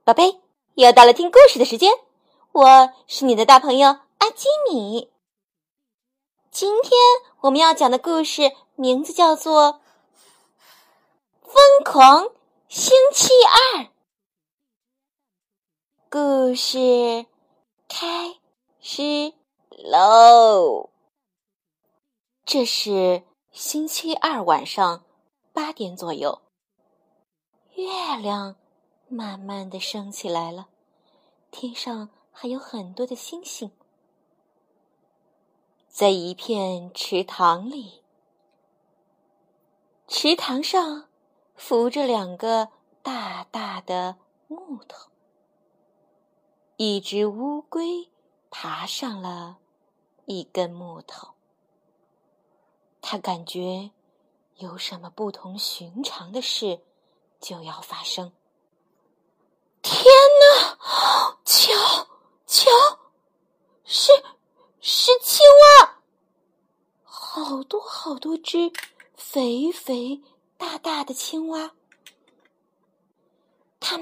宝贝，又到了听故事的时间，我是你的大朋友阿基米。今天我们要讲的故事名字叫做《疯狂星期二》。故事开始喽！这是星期二晚上8点左右，月亮慢慢地升起来了，天上还有很多的星星。在一片池塘里，池塘上浮着2个大大的木头。一只乌龟爬上了一根木头，它感觉有什么不同寻常的事就要发生。天哪！瞧，是青蛙！好多只肥肥大大的青蛙。它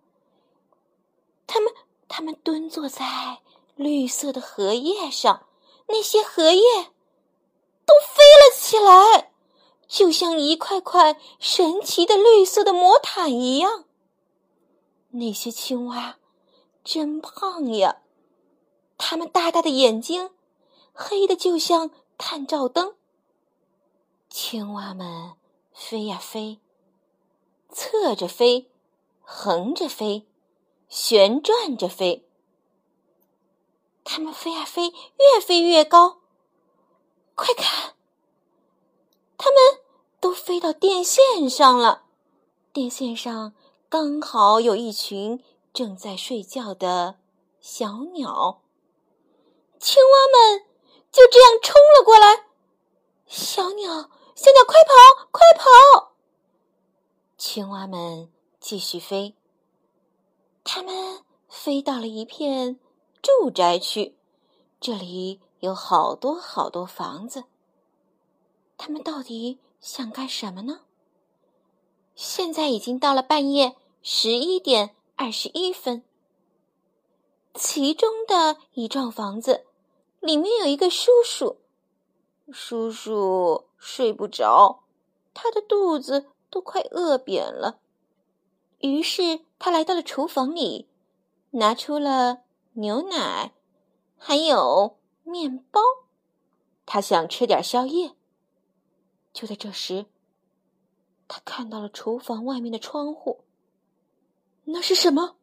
们蹲坐在绿色的荷叶上，那些荷叶都飞了起来，就像一块块神奇的绿色的魔毯一样。那些青蛙真胖呀，它们大大的眼睛黑得就像探照灯。青蛙们飞呀飞，侧着飞，横着飞，旋转着飞。它们飞呀飞，越飞越高。快看，它们都飞到电线上了。电线上刚好有一群正在睡觉的小鸟。青蛙们就这样冲了过来。小鸟快跑，快跑！青蛙们继续飞。它们飞到了一片住宅区，这里有好多房子。它们到底想干什么呢？现在已经到了半夜11点21分。其中的一幢房子里面有一个叔叔睡不着，他的肚子都快饿扁了。于是他来到了厨房里，拿出了牛奶还有面包，他想吃点宵夜。就在这时，他看到了厨房外面的窗户。那是什么？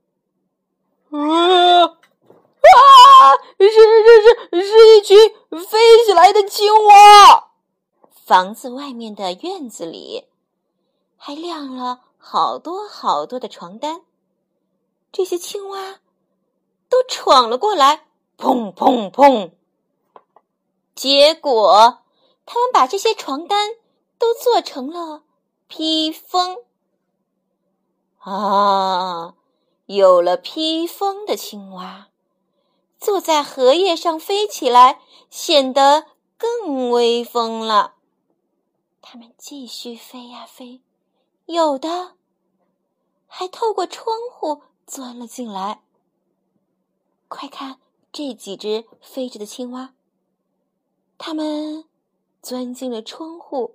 是一群飞起来的青蛙。房子外面的院子里还晾了好多的床单，这些青蛙都闯了过来，砰砰砰！结果他们把这些床单都做成了披风。有了披风的青蛙，坐在荷叶上飞起来，显得更威风了。它们继续飞呀飞，有的还透过窗户钻了进来。快看这几只飞着的青蛙，它们钻进了窗户，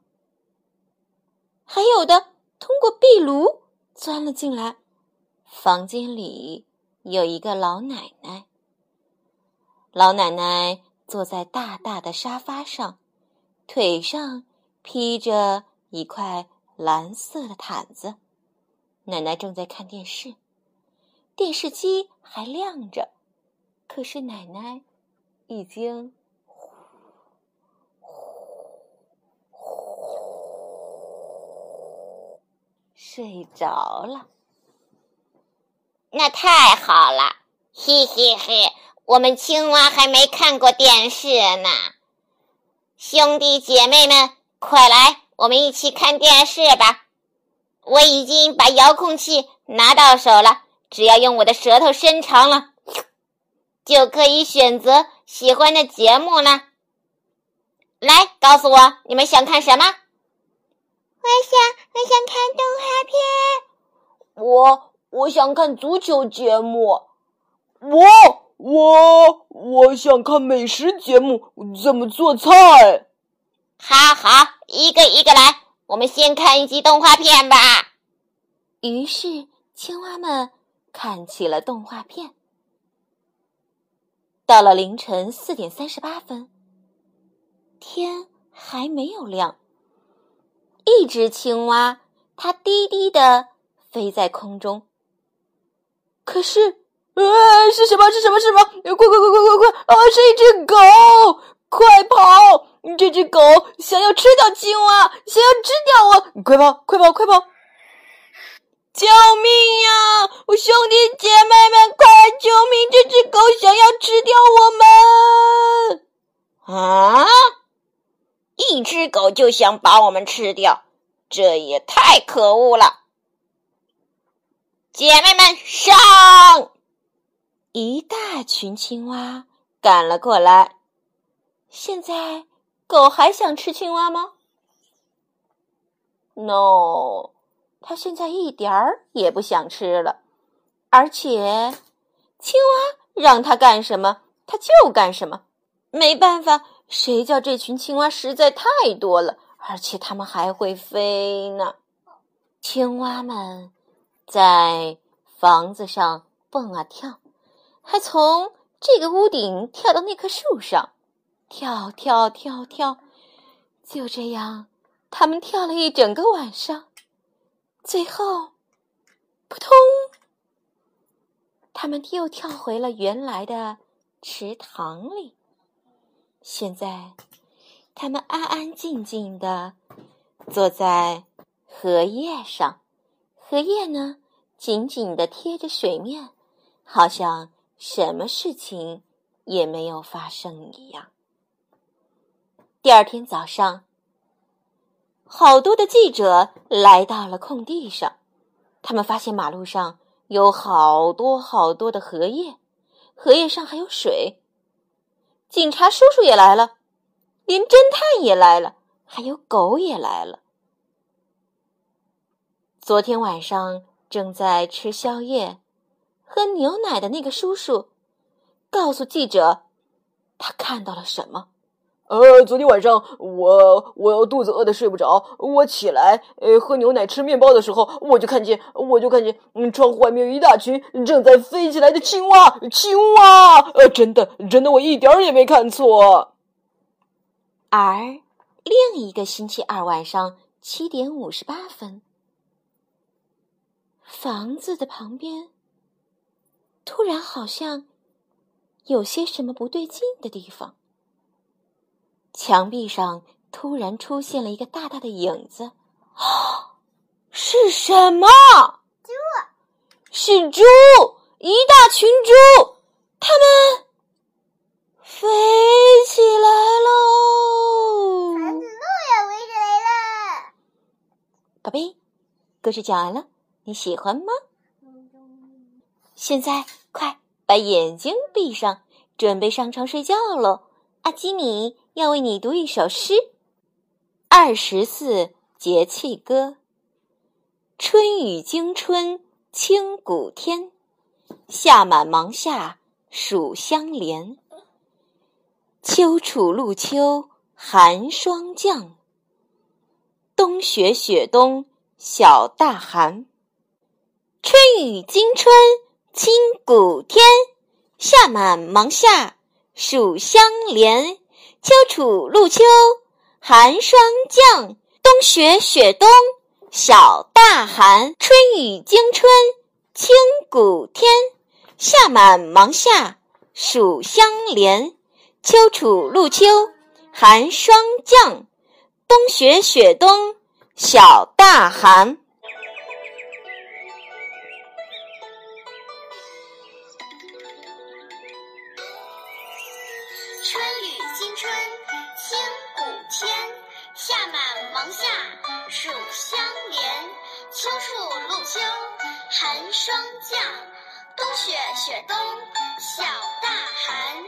还有的通过壁炉钻了进来。房间里有一个老奶奶，老奶奶坐在大大的沙发上，腿上披着一块蓝色的毯子。奶奶正在看电视，电视机还亮着，可是奶奶已经睡着了。 那太好了，嘿嘿嘿，我们青蛙还没看过电视呢。兄弟姐妹们，快来，我们一起看电视吧。我已经把遥控器拿到手了，只要用我的舌头伸长了，就可以选择喜欢的节目了。来，告诉我，你们想看什么？ 我想看动画片。 我想看足球节目。 我想看美食节目，怎么做菜。 好，一个一个来，我们先看一集动画片吧。 于是青蛙们看起了动画片。到了凌晨4点38分，天还没有亮。一只青蛙，它低低地飞在空中。可是，是什么？快！啊，是一只狗！快跑！这只狗想要吃掉青蛙，想要吃掉我！快跑！救命呀！我兄弟姐妹们，快来救命！这只狗想要吃掉我们！ 啊！一只狗就想把我们吃掉，这也太可恶了！姐妹们上！ 一大群青蛙赶了过来。现在狗还想吃青蛙吗？ No， 它现在一点儿也不想吃了。而且青蛙让它干什么它就干什么。没办法，谁叫这群青蛙实在太多了，而且它们还会飞呢。青蛙们在房子上蹦啊跳，还从这个屋顶跳到那棵树上，跳，就这样他们跳了一整个晚上。最后扑通，他们又跳回了原来的池塘里。现在他们安安静静地坐在荷叶上，荷叶呢紧紧地贴着水面，好像什么事情也没有发生一样。第二天早上，好多的记者来到了空地上，他们发现马路上有好多的荷叶，荷叶上还有水。警察叔叔也来了，连侦探也来了，还有狗也来了。昨天晚上正在吃宵夜喝牛奶的那个叔叔告诉记者他看到了什么。 昨天晚上我肚子饿得睡不着，我起来喝牛奶吃面包的时候，我就看见窗户外面有一大群正在飞起来的青蛙，真的我一点儿也没看错。 而另一个星期二晚上7点58分，房子的旁边突然好像有些什么不对劲的地方。墙壁上突然出现了一个大大的影子。是什么？猪！是猪！一大群猪，它们飞起来喽！ 房子路也围着来了。 宝贝，故事讲完了，你喜欢吗？现在快把眼睛闭上，准备上床睡觉喽。阿基米要为你读一首诗，《24节气歌》。春雨惊春清谷天，夏满芒夏暑相连。秋处露秋寒霜降，冬雪雪冬小大寒。春雨惊春清谷天，夏满芒夏暑相连。秋处露秋寒霜降，冬雪雪冬小大寒。春雨惊春清谷天，夏满芒夏暑相连。秋处露秋寒霜降，冬雪雪冬小大寒。 春雨惊春清谷天，夏满芒夏暑相连。秋处露秋寒霜降，冬雪雪冬小大寒。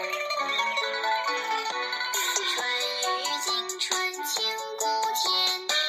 春雨惊春清谷天，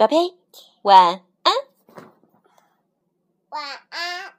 宝贝，晚安。 晚安。